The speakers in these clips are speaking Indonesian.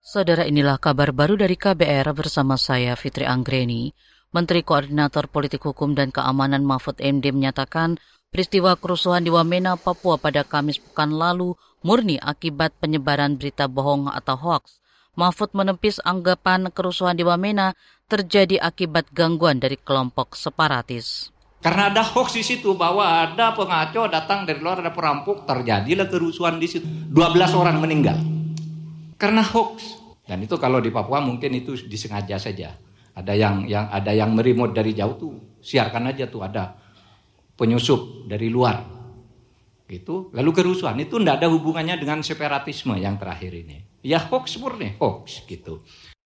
Saudara, inilah kabar baru dari KBR bersama saya Fitri Anggreni. Menteri Koordinator Politik Hukum dan Keamanan Mahfud MD menyatakan peristiwa kerusuhan di Wamena, Papua pada Kamis pekan lalu murni akibat penyebaran berita bohong atau hoaks. Mahfud menepis anggapan kerusuhan di Wamena terjadi akibat gangguan dari kelompok separatis. Karena ada hoaks di situ bahwa ada pengacau datang dari luar, ada perampok, terjadilah kerusuhan di situ. 12 orang meninggal karena hoaks. Dan itu kalau di Papua mungkin itu disengaja saja. Ada yang meremote dari jauh tuh, siarkan aja tuh ada penyusup dari luar. Gitu. Lalu kerusuhan itu tidak ada hubungannya dengan separatisme yang terakhir ini. Ya hoaks murni, hoaks gitu.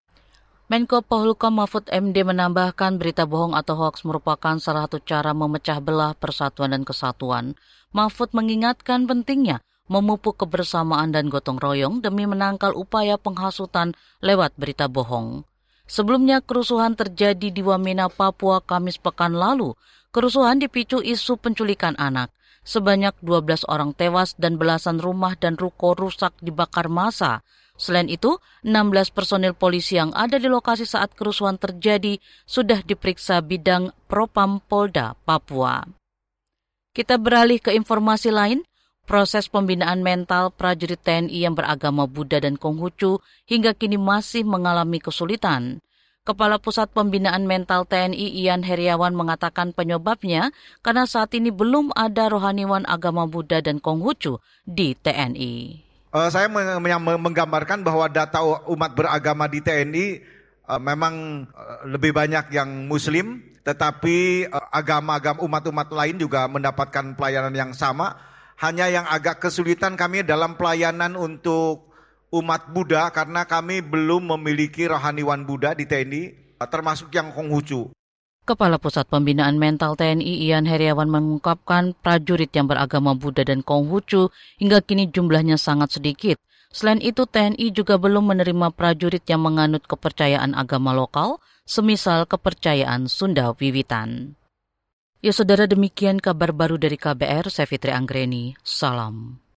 Menko Polhukam Mahfud MD menambahkan berita bohong atau hoaks merupakan salah satu cara memecah belah persatuan dan kesatuan. Mahfud mengingatkan pentingnya memupuk kebersamaan dan gotong royong demi menangkal upaya penghasutan lewat berita bohong. Sebelumnya kerusuhan terjadi di Wamena, Papua Kamis pekan lalu. Kerusuhan dipicu isu penculikan anak. Sebanyak 12 orang tewas dan belasan rumah dan ruko rusak dibakar massa. Selain itu, 16 personil polisi yang ada di lokasi saat kerusuhan terjadi sudah diperiksa bidang Propam Polda Papua. Kita beralih ke informasi lain. Proses pembinaan mental prajurit TNI yang beragama Buddha dan Konghucu hingga kini masih mengalami kesulitan. Kepala Pusat Pembinaan Mental TNI Ian Heriawan mengatakan penyebabnya karena saat ini belum ada rohaniwan agama Buddha dan Konghucu di TNI. Saya menggambarkan bahwa data umat beragama di TNI memang lebih banyak yang Muslim, tetapi agama-agama umat-umat lain juga mendapatkan pelayanan yang sama. Hanya yang agak kesulitan kami dalam pelayanan untuk umat Buddha karena kami belum memiliki rohaniwan Buddha di TNI, termasuk yang Konghucu. Kepala Pusat Pembinaan Mental TNI Ian Heriawan mengungkapkan prajurit yang beragama Buddha dan Konghucu hingga kini jumlahnya sangat sedikit. Selain itu, TNI juga belum menerima prajurit yang menganut kepercayaan agama lokal, semisal kepercayaan Sunda Wiwitan. Ya saudara, demikian kabar baru dari KBR, saya Fitri Anggreni. Salam.